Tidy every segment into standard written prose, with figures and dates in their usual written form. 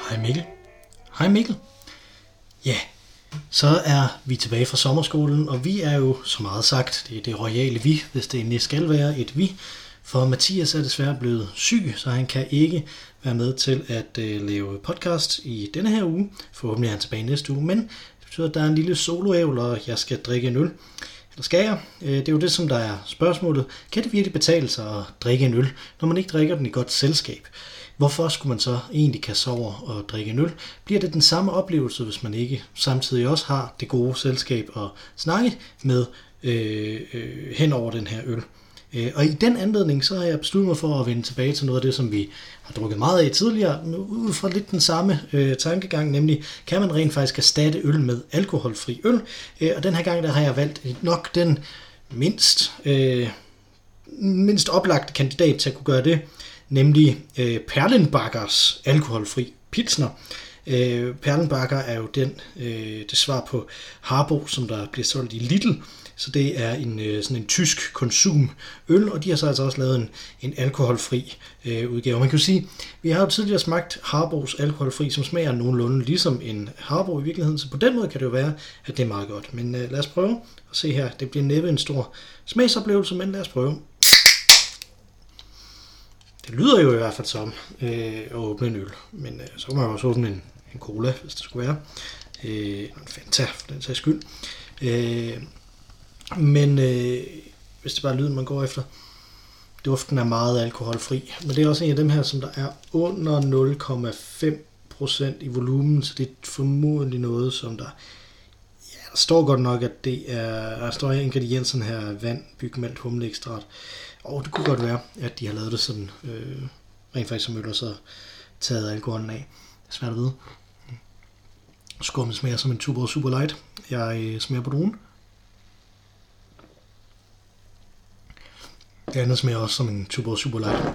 Hej Mikkel. Hej Mikkel. Ja, så er vi tilbage fra sommerskolen, og vi er jo, så meget sagt, det er det royale vi, hvis det endelig skal være et vi. For Mathias er desværre blevet syg, så han kan ikke være med til at lave podcast i denne her uge. Forhåbentlig er han tilbage næste uge, men det betyder, at der er en lille soloævl, og jeg skal drikke en øl. Eller skal jeg? Det er jo det, som der er spørgsmålet. Kan det virkelig betale sig at drikke en øl, når man ikke drikker den i godt selskab? Hvorfor skulle man så egentlig kaste over og drikke en øl? Bliver det den samme oplevelse, hvis man ikke samtidig også har det gode selskab at snakke med hen over den her øl? Og i den anledning, så har jeg besluttet mig for at vende tilbage til noget af det, som vi har drukket meget af tidligere, ud fra lidt den samme tankegang, nemlig kan man rent faktisk erstatte øl med alkoholfri øl? Og den her gang, der har jeg valgt nok den mindst oplagte kandidat til at kunne gøre det, nemlig Perlenbachers alkoholfri pilsner. Perlenbacher er jo det svar på Harbo, som der bliver solgt i Lidl. Så det er sådan en tysk konsumøl, og de har så altså også lavet en alkoholfri udgave. Man kan jo sige, vi har jo tidligere smagt Harbos alkoholfri, som smager nogenlunde ligesom en Harbo i virkeligheden, så på den måde kan det jo være, at det er meget godt. Men lad os prøve at se her. Det bliver næppe en stor smagsoplevelse, men lad os prøve. Det lyder jo i hvert fald som at åbne en øl, men så kan man jo også åbne en cola, hvis det skulle være. En Fanta, for den sags skyld. Men hvis det bare er lyden, man går efter. Duften er meget alkoholfri, men det er også en af dem her, som der er under 0,5% i volumen, så det er formodentlig noget, som der... Ja, der står godt nok, at det er... Der står ingredienserne her, vand, bygmalt, humleekstrat. Og det kunne godt være, at de har lavet det sådan, rent faktisk som øl, og så taget alkoholen af. Det er svært at vide. Skummet smager som en Tuborg Super Light. Jeg smager på druen. Det andet smager også som en Tuborg Super Light.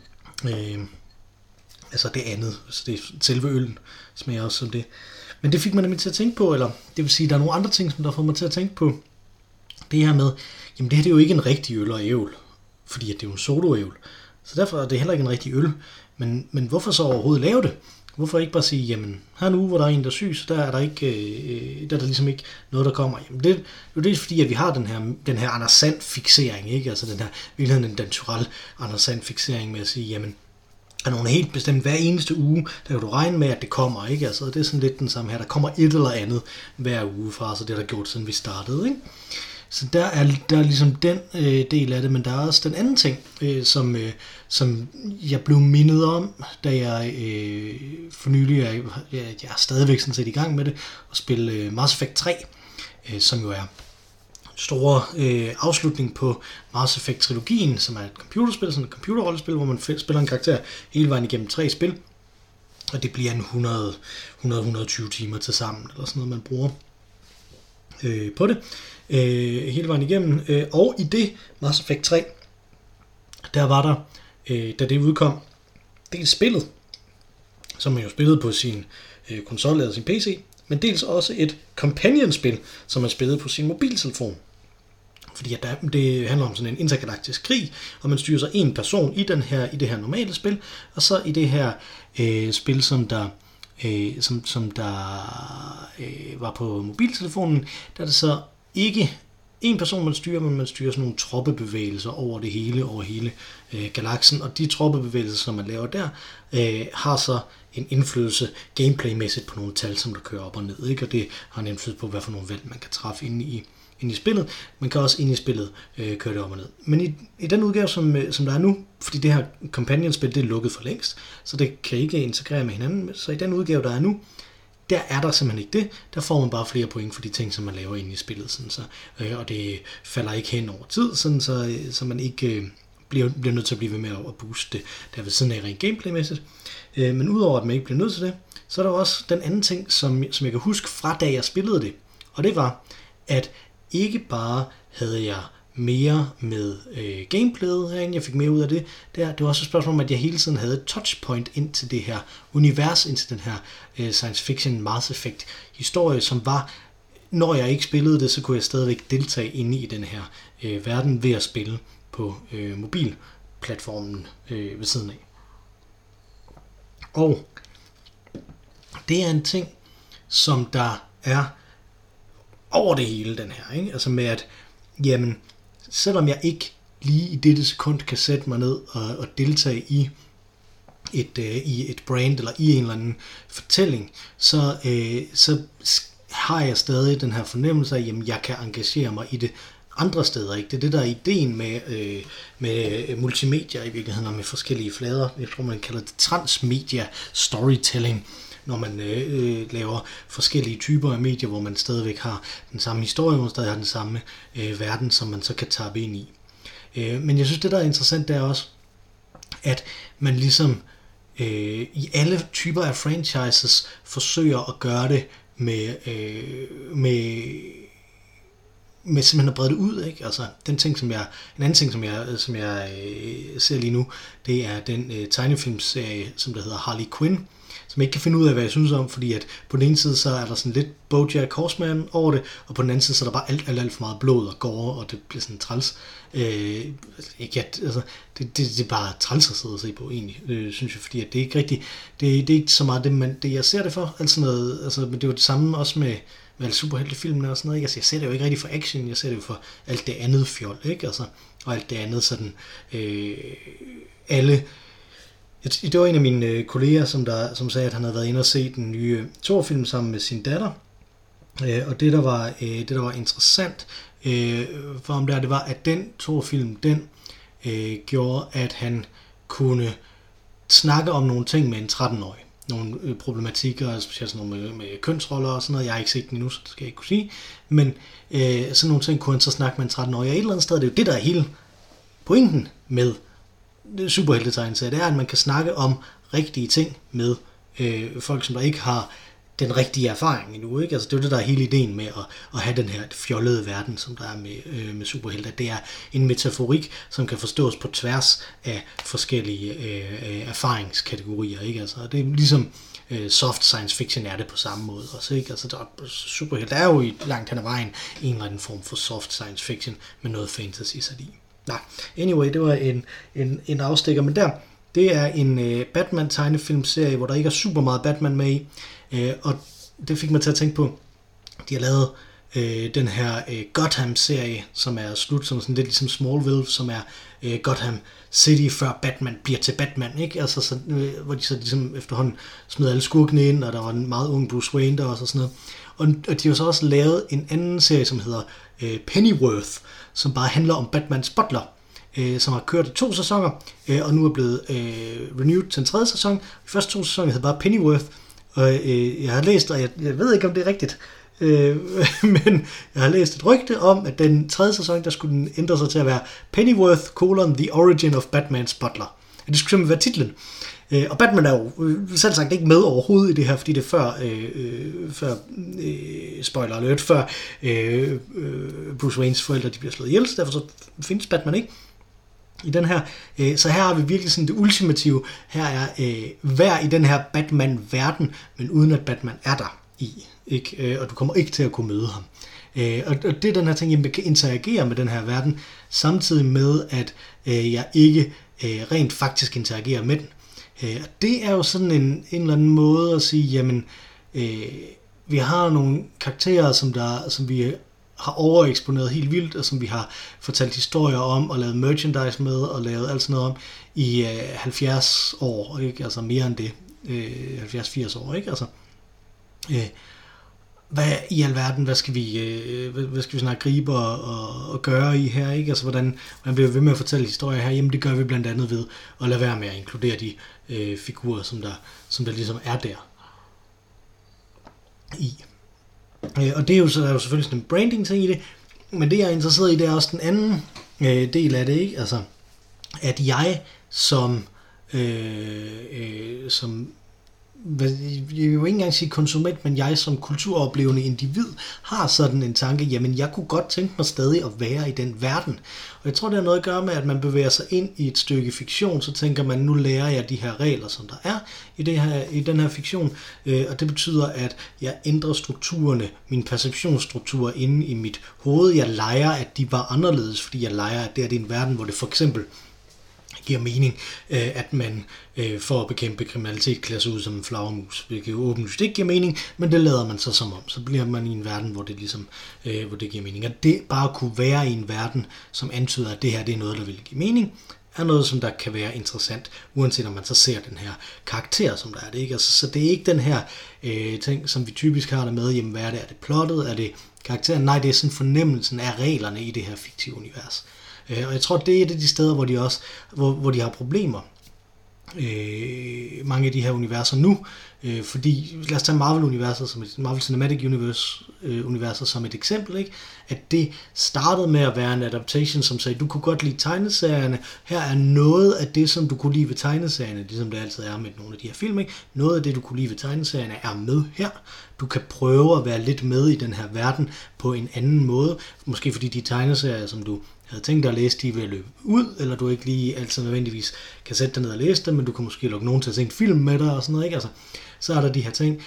Altså det andet, altså det selve øllen smager også som det. Men det fik man nemlig til at tænke på, eller det vil sige, der er nogle andre ting, som der får mig til at tænke på. Det her med, jamen det her det er jo ikke en rigtig øl og ævl, fordi at det er jo en soloævl. Så derfor er det heller ikke en rigtig øl. Men hvorfor så overhovedet lave det? Hvorfor ikke bare sige, jamen her nu, hvor der er en, der er syg, så der er der ikke, der er der ligesom ikke noget, der kommer. Jamen det er fordi, at vi har den her Anders Sand fixering, ikke? Altså den her, virkelig den naturelle Anders Sand fixering med at sige, jamen er nogen helt bestemt hver eneste uge, der kan du regne med, at det kommer, ikke? Altså det er sådan lidt den samme her, der kommer et eller andet hver uge fra, så det har der gjort, siden vi startede, ikke? Så der er ligesom den del af det, men der er også den anden ting, som jeg blev mindet om, da jeg for nylig jeg er stadigvæk sådan set i gang med det, at spille Mass Effect 3, som jo er store afslutning på Mass Effect-trilogien, som er et computerspil, sådan et computerrollespil, hvor man spiller en karakter hele vejen igennem 3 spil, og det bliver en 100-120 timer til sammen, eller sådan noget, man bruger på det. Hele vejen igennem, og i det Mass Effect 3 der var der, da det udkom, dels spillet, som man jo spillede på sin konsol eller sin PC, men dels også et companion-spil, som man spillede på sin mobiltelefon. Fordi at det handler om sådan en intergalaktisk krig, og man styrer så en person i det her normale spil, og så i det her spil, som der var på mobiltelefonen, der er det så ikke en person, man styrer, men man styrer sådan nogle troppebevægelser over det hele, over hele galaksen, og de troppebevægelser, som man laver der, har så en indflydelse gameplaymæssigt på nogle tal, som der kører op og ned, ikke? Og det har en indflydelse på, hvad for nogle valg man kan træffe inde i spillet. Man kan også inde i spillet køre det op og ned. Men i den udgave, som der er nu, fordi det her companion-spil, det er lukket for længst, så det kan ikke integrere med hinanden, så i den udgave, der er nu, der er der simpelthen ikke det. Der får man bare flere point for de ting, som man laver inde i spillet. Sådan så, og det falder ikke hen over tid, sådan så man ikke bliver nødt til at blive ved med at booste det der ved siden af rent gameplaymæssigt. Men udover at man ikke bliver nødt til det, så er der også den anden ting, som jeg kan huske fra da jeg spillede det. Og det var, at ikke bare havde jeg mere med gameplayet herinde, jeg fik mere ud af det. Det var også et spørgsmål om, at jeg hele tiden havde et touchpoint ind til det her univers, ind til den her science fiction Mass Effect historie, som var, når jeg ikke spillede det, så kunne jeg stadigvæk deltage inde i den her verden ved at spille på mobilplatformen ved siden af. Og det er en ting, som der er over det hele, den her, ikke? Altså med at, jamen, selvom jeg ikke lige i dette sekund kan sætte mig ned og deltage i et brand eller i en eller anden fortælling, så har jeg stadig den her fornemmelse af, jamen, jeg kan engagere mig i det andre steder, ikke? Det er det, der er ideen med multimedia i virkeligheden, og med forskellige flader. Jeg tror, man kalder det transmedia storytelling, når man laver forskellige typer af medier, hvor man stadigvæk har den samme historie, hvor man stadig har den samme verden, som man så kan tappe ind i. Men jeg synes, det der er interessant, det er også, at man ligesom i alle typer af franchises forsøger at gøre det med simpelthen at brede det ud, ikke? Altså en anden ting, som jeg ser lige nu, det er den tegnefilmserie, som der hedder Harley Quinn, som jeg ikke kan finde ud af, hvad jeg synes om, fordi at på den ene side, så er der sådan lidt BoJack Horseman over det, og på den anden side, så er der bare alt for meget blod og gore, og det bliver sådan træls. Det er bare træls at sidde og se på, egentlig, synes jeg, fordi at det er ikke rigtigt, det er ikke så meget det jeg ser det for, altså noget, altså, men det er jo det samme også med alle superheltefilmene og sådan noget, ikke? Altså, jeg ser det jo ikke rigtig for action, jeg ser det jo for alt det andet fjol, ikke? Altså, og alt det andet sådan, det var en af mine kolleger, som sagde, at han havde været inde og se den nye Thor-film sammen med sin datter, og det der var interessant for ham der, det var, at den Thor-film, den gjorde, at han kunne snakke om nogle ting med en 13-årig. Nogle problematikker, specielt sådan nogle med kønsroller og sådan noget. Jeg har ikke set den endnu, så det skal jeg ikke kunne sige. Men sådan nogle ting kunne han så snakke med en 13-årig. Og et eller andet sted, det er jo det, der er hele pointen med superheltetegneserier. Det er, at man kan snakke om rigtige ting med folk, som der ikke har den rigtige erfaring endnu, ikke? Altså, det er jo det, der er hele ideen med at have den her fjollede verden, som der er med superhelte. Det er en metaforik, som kan forstås på tværs af forskellige erfaringskategorier, ikke? Altså, det er ligesom soft science fiction er det på samme måde også, ikke? Altså, superhelte er jo i langt hen ad vejen en eller anden form for soft science fiction med noget fantasy sat i. Nej, anyway, det var en afstikker, men det er en Batman-tegnefilmserie, hvor der ikke er super meget Batman med i, og det fik mig til at tænke på, de har lavet den her Gotham-serie, som er slut, som sådan lidt ligesom Smallville, som er Gotham City, før Batman bliver til Batman, ikke? Altså, så, hvor de så ligesom efterhånden smed alle skurkene ind, og der var en meget ung Bruce Wayne der også, og sådan noget. Og de har så også lavet en anden serie, som hedder Pennyworth, som bare handler om Batmans butler, som har kørt i 2 sæsoner, og nu er blevet renewed til en 3. sæson. De første 2 sæsoner hedder bare Pennyworth, og jeg har læst, og jeg ved ikke, om det er rigtigt, men jeg har læst et rygte om, at den 3. sæson, der skulle den ændre sig til at være Pennyworth: The Origin of Batman's Butler. Det skulle simpelthen være titlen. Og Batman er jo selv sagt ikke med overhovedet i det her, fordi det er før spoiler alert, før Bruce Waynes forældre de bliver slået ihjel, så derfor så findes Batman ikke i den her. Så her har vi virkelig sådan det ultimative. Her er hver i den her Batman-verden, men uden at Batman er der i. Ikke? Og du kommer ikke til at kunne møde ham. Og det er den her ting, jeg kan interagere med den her verden, samtidig med, at jeg ikke rent faktisk interagerer med den. Det er jo sådan en eller anden måde at sige, jamen, vi har nogle karakterer, som vi har overeksponeret helt vildt, og som vi har fortalt historier om, og lavet merchandise med, og lavet alt sådan noget om i 70 år, ikke? Altså mere end det, 70-80 år, ikke? Altså, hvad i alverden, hvad skal vi snart gribe og gøre i her, ikke? Altså, hvordan bliver vi ved med at fortælle historier her? Jamen, det gør vi blandt andet ved at lade være med at inkludere de figurer, som der ligesom er der i. Og det er jo, så der er jo selvfølgelig sådan en branding-ting i det, men det jeg er interesseret i, det er også den anden del af det, ikke? Altså, at jeg som jeg vil jo ikke engang sige konsument, men jeg som kulturoplevende individ har sådan en tanke, jamen jeg kunne godt tænke mig stadig at være i den verden. Og jeg tror, det har noget at gøre med, at man bevæger sig ind i et stykke fiktion, så tænker man, nu lærer jeg de her regler, som der er i den her fiktion, og det betyder, at jeg ændrer strukturerne, min perceptionsstrukturer inde i mit hoved. Jeg leger, at de var anderledes, fordi jeg leger, at det er en verden, hvor det for eksempel giver mening, at man for at bekæmpe kriminalitet klæder sig ud som en flagermus, hvilket jo åbenlyst ikke giver mening, men det lader man så som om. Så bliver man i en verden, hvor det ligesom, hvor det giver mening. At det bare kunne være i en verden, som antyder, at det her det er noget, der vil give mening, er noget, som der kan være interessant, uanset om man så ser den her karakter, som der er det, ikke? Altså, så det er ikke den her ting, som vi typisk har der med, jamen hvad er det? Er det plottet? Er det karakteren? Nej, det er sådan fornemmelsen af reglerne i det her fiktive univers. Og jeg tror, det er et af de steder, hvor de også hvor de har problemer. Mange af de her universer nu, fordi lad os tage Marvel-universet som et Marvel Cinematic Universet som et eksempel, ikke? At det startede med at være en adaptation, som sagde, du kunne godt lide tegneserierne, her er noget af det, som du kunne lide ved tegneserierne, ligesom det altid er med nogle af de her film, ikke? Noget af det, du kunne lide ved tegneserierne, er med her. Du kan prøve at være lidt med i den her verden på en anden måde, måske fordi de tegneserier, som du havde tænkt dig at læse, de vil løbe ud, eller du ikke lige altid nødvendigvis kan sætte dig ned og læse dem, men du kan måske lukke nogen til at se en film med dig og sådan noget, ikke? Altså, så er der de her ting,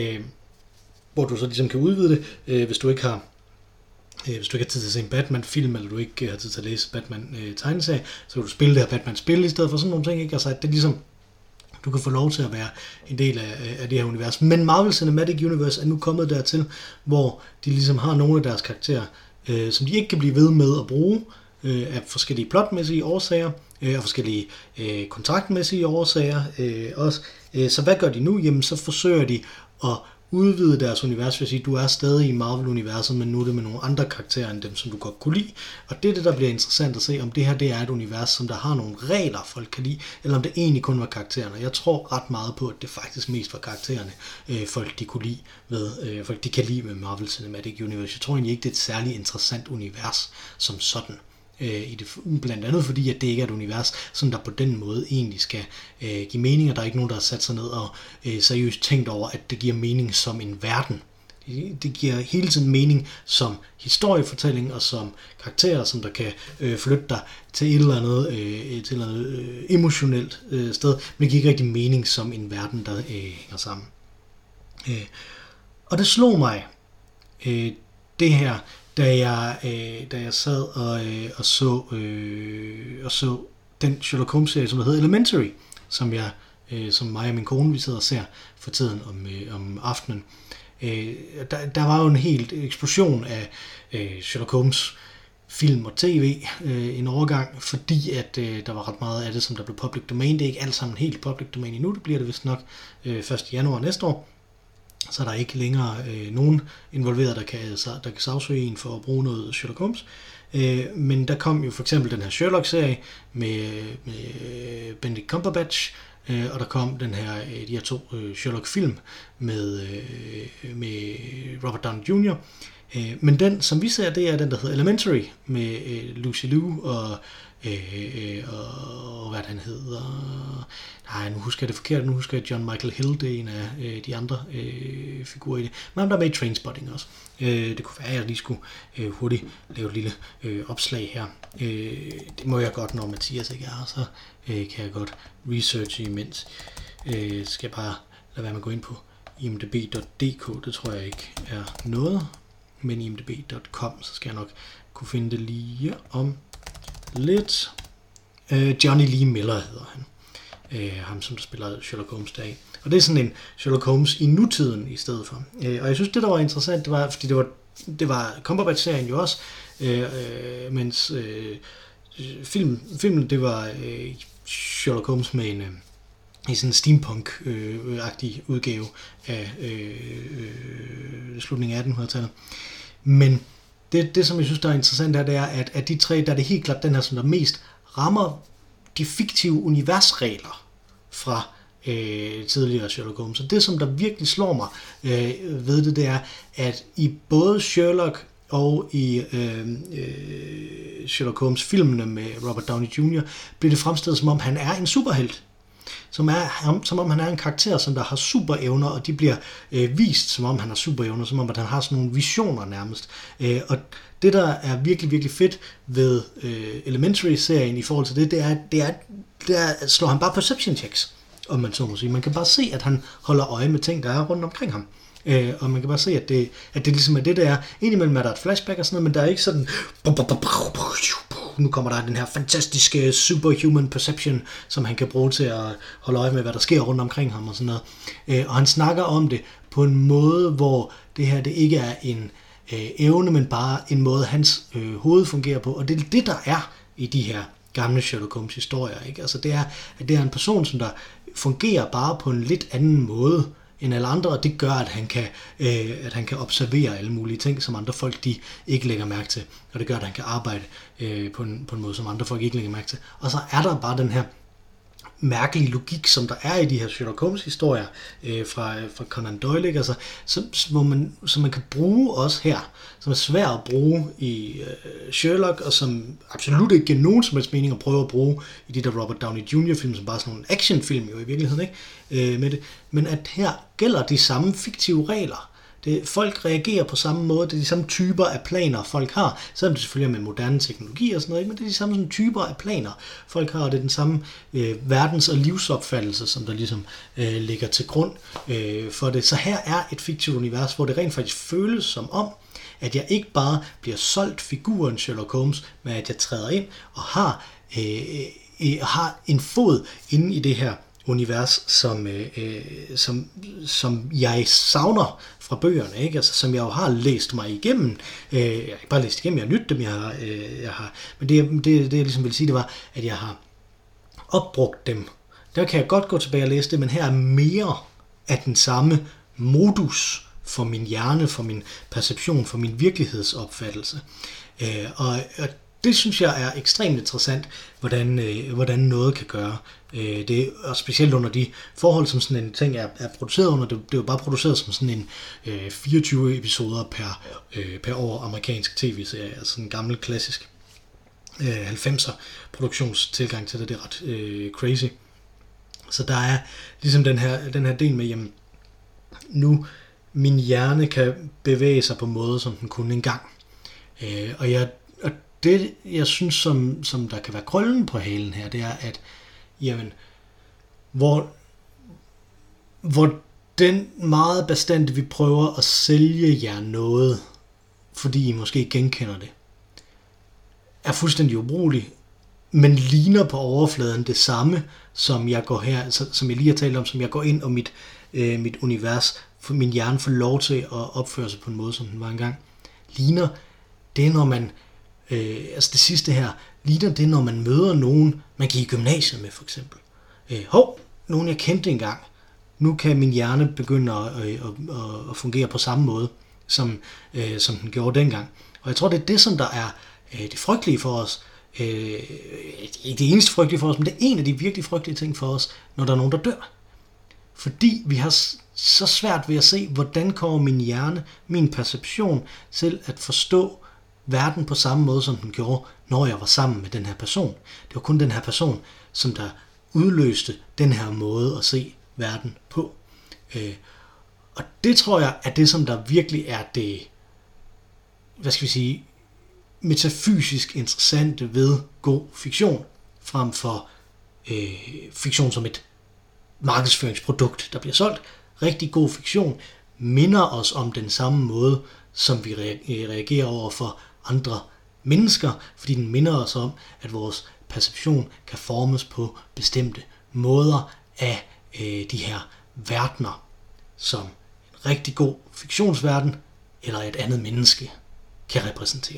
hvor du så ligesom kan udvide det, hvis du ikke har tid til at se en Batman-film, eller du ikke har tid til at læse Batman-tegneserie, så kan du spille det her Batman-spil i stedet for sådan nogle ting, ikke? Altså, at det ligesom, du kan få lov til at være en del af det her univers. Men Marvel Cinematic Universe er nu kommet dertil, hvor de ligesom har nogle af deres karakterer, som de ikke kan blive ved med at bruge af forskellige plotmæssige årsager, og forskellige kontraktmæssige årsager også. Så hvad gør de nu? Jamen, så forsøger de at udvide deres univers, vil sige, du er stadig i Marvel-universet, men nu er det med nogle andre karakterer end dem, som du godt kunne lide. Og det er det, der bliver interessant at se, om det her det er et univers, som der har nogle regler, folk kan lide, eller om det egentlig kun var karaktererne. Jeg tror ret meget på, at det faktisk mest var karaktererne, folk de kunne lide folk de kan lide med Marvel Cinematic Universe. Jeg tror egentlig ikke, det er et særligt interessant univers som sådan. Blandt andet fordi, at det ikke er et univers, som der på den måde egentlig skal give mening, og der er ikke nogen, der har sat sig ned og seriøst tænkt over, at det giver mening som en verden. Det giver hele tiden mening som historiefortælling og som karakterer, som der kan flytte dig til et eller andet, emotionelt sted, men det giver ikke rigtig mening som en verden, der hænger sammen. Og det slog mig, det her, da jeg sad og så den Sherlock Holmes-serie, som hedder Elementary, som mig og min kone, vi sidder og ser for tiden om aftenen. Der var jo en helt eksplosion af Sherlock Holmes film og tv en overgang, fordi at der var ret meget af det, som der blev public domain. Det er ikke alt sammen helt public domain endnu, det bliver det vist nok 1. januar næste år. Så er der ikke længere nogen involveret, der kan sagsøge en for at bruge noget Sherlock Holmes. Men der kom jo for eksempel den her Sherlock-serie med Benedict Cumberbatch, og der kom de her 2 Sherlock-film med Robert Downey Jr. Men den, som vi ser, det er den, der hedder Elementary, med Lucy Liu og hvad han hedder. Nej, nu husker jeg det forkert. Nu husker jeg John Michael Hill, det er en af de andre figurer i det. Men han der er med i Trainspotting også. Det kunne være, at jeg lige skulle hurtigt lave et lille opslag her. Det må jeg godt, når Mathias ikke er her, så kan jeg godt researche imens. Skal jeg bare lade være med at gå ind på imdb.dk. Det tror jeg ikke er noget. Men imdb.com, så skal jeg nok kunne finde det lige om lidt. Johnny Lee Miller hedder han. Ham, som der spiller Sherlock Holmes deri. Og det er sådan en Sherlock Holmes i nutiden i stedet for. Og jeg synes, det der var interessant, det var, fordi det var Cumberbatch-serien jo også, mens filmen, det var Sherlock Holmes med i sådan en steampunk-agtig udgave af slutningen af 1800-tallet. Men det, som jeg synes, der er interessant her, det er, at de tre, der er det helt klart den her, som der mest rammer de fiktive universregler fra tidligere Sherlock Holmes. Så det, som der virkelig slår mig ved det er, at i både Sherlock og i Sherlock Holmes-filmene med Robert Downey Jr. bliver det fremstillet, som om han er en superhelt. Som om han er en karakter, som der har superevner, og de bliver vist, som om han har superevner, som om at han har sådan nogle visioner nærmest. Og det, der er virkelig, virkelig fedt ved Elementary-serien i forhold til det slår han bare perception checks, om man så må sige. Man kan bare se, at han holder øje med ting, der er rundt omkring ham. Og man kan bare se, at det ligesom er det, der er. Indimellem er der et flashback og sådan noget, men der er ikke sådan nu kommer der den her fantastiske superhuman perception, som han kan bruge til at holde øje med, hvad der sker rundt omkring ham og sådan noget. Og han snakker om det på en måde, hvor det her det ikke er en evne, men bare en måde, hans hoved fungerer på. Og det er det, der er i de her gamle Sherlock Holmes historier. Ikke? Altså det er, at det er en person, som der fungerer bare på en lidt anden måde end alle andre, og det gør, at han kan observere alle mulige ting, som andre folk de ikke lægger mærke til. Og det gør, at han kan arbejde på en måde, som andre folk ikke lægger mærke til. Og så er der bare den her mærkelige logik, som der er i de her Sherlock Holmes historier fra Conan Doyle, ikke? Altså, som man kan bruge også her, som er svært at bruge i Sherlock, og som absolut ikke giver nogen som helst mening at prøve at bruge i de der Robert Downey Jr. film, som bare sådan nogle actionfilm jo i virkeligheden, ikke? Med det. Men at her gælder de samme fiktive regler. Folk reagerer på samme måde, det er de samme typer af planer, folk har, selvom det selvfølgelig er med moderne teknologi og sådan noget, men det er de samme sådan, typer af planer, folk har, og det er den samme verdens- og livsopfattelse, som der ligesom ligger til grund for det. Så her er et fiktivt univers, hvor det rent faktisk føles som om, at jeg ikke bare bliver solgt figuren Sherlock Holmes, men at jeg træder ind og har en fod inde i det her univers, som jeg savner fra bøgerne, ikke? Altså, som jeg jo har læst mig igennem. Jeg har ikke bare læst igennem, jeg har nydt dem, men det jeg ligesom vil sige, det var, at jeg har opbrugt dem. Der kan jeg godt gå tilbage og læse det, men her er mere af den samme modus for min hjerne, for min perception, for min virkelighedsopfattelse. Og det synes jeg er ekstremt interessant, hvordan noget kan gøre det, og specielt under de forhold, som sådan en ting er produceret under. Det er jo bare produceret som sådan en 24 episoder per år amerikansk tv-serie, altså en gammel klassisk 90'er produktionstilgang til det. Det er ret crazy. Så der er ligesom den her del med, jamen, nu min hjerne kan bevæge sig på en måde, som den kunne engang. Og det, jeg synes, som der kan være krøllen på halen her, det er, at jamen, hvor den meget bestandte, vi prøver at sælge jer noget, fordi I måske genkender det, er fuldstændig ubrugelig, men ligner på overfladen det samme, som jeg går her, som jeg lige har talt om, som jeg går ind og mit univers, for min hjerne får lov til at opføre sig på en måde, som den var engang. Ligner det, når man altså det sidste her, ligner det, når man møder nogen, man gik i gymnasiet med, for eksempel. Nogen jeg kendte engang. Nu kan min hjerne begynde at fungere på samme måde, som den gjorde dengang. Og jeg tror, det er det, som der er det frygtelige for os. Ikke det eneste frygtelige for os, men det er en af de virkelig frygtelige ting for os, når der er nogen, der dør. Fordi vi har så svært ved at se, hvordan kommer min hjerne, min perception til at forstå verden på samme måde, som den gjorde, når jeg var sammen med den her person. Det var kun den her person, som der udløste den her måde at se verden på. Og det tror jeg er det, som der virkelig er det, hvad skal vi sige, metafysisk interessante ved god fiktion, frem for fiktion som et markedsføringsprodukt, der bliver solgt. Rigtig god fiktion minder os om den samme måde, som vi reagerer over for andre mennesker, fordi den minder os om, at vores perception kan formes på bestemte måder af de her verdener, som en rigtig god fiktionsverden eller et andet menneske kan repræsentere.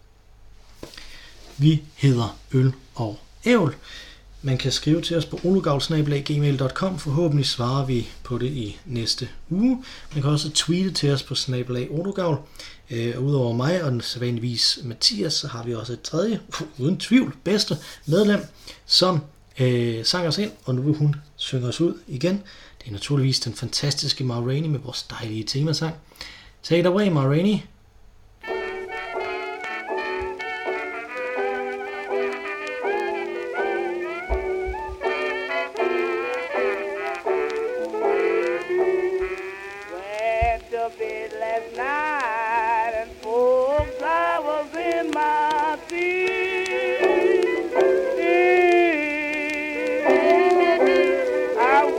Vi hedder Øl og Ævl. Man kan skrive til os på olugavl@gmail.com. Forhåbentlig svarer vi på det i næste uge. Man kan også tweete til os på @olugavl. Og udover mig og den sædvanligvis Mathias, så har vi også et tredje, uden tvivl, bedste medlem, som sang os ind, og nu vil hun synge os ud igen. Det er naturligvis den fantastiske Ma Rainey med vores dejlige temasang. Take it away, Ma Rainey.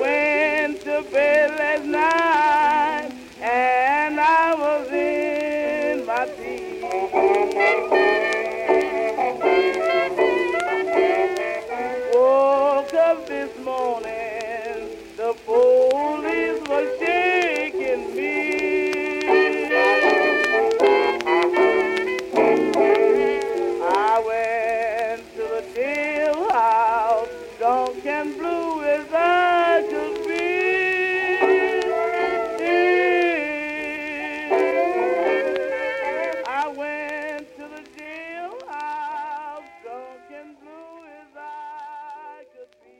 Bed last night and I was in up this morning, the police were shaking me. I went to the jailhouse, drunk and blue as I could be. I went to the jailhouse, drunk and blue as I could be.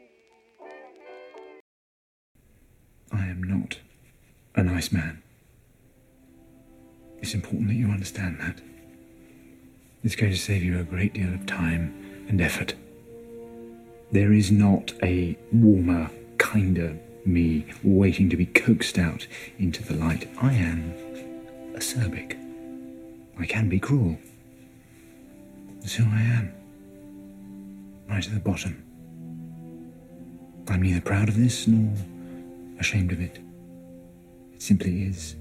I am not a nice man. It's important that you understand that. It's going to save you a great deal of time and effort. There is not a warmer, kinder me waiting to be coaxed out into the light. I am acerbic. I can be cruel. That's who I am. Right at the bottom. I'm neither proud of this nor ashamed of it. It simply is.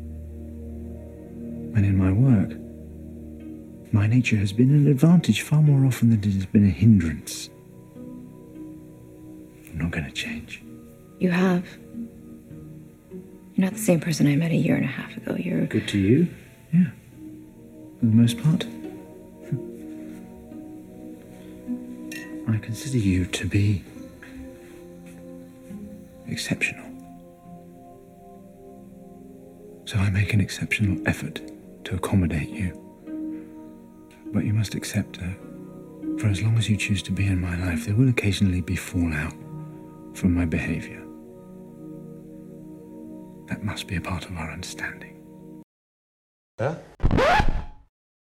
And in my work, my nature has been an advantage far more often than it has been a hindrance. I'm not going to change. You have. You're not the same person I met a year and a half ago. You're... Good to you? Yeah. For the most part. I consider you to be exceptional. So I make an exceptional effort to accommodate you. But you must accept that for as long as you choose to be in my life, there will occasionally be fallout from my behavior. That must be a part of our understanding. Ja.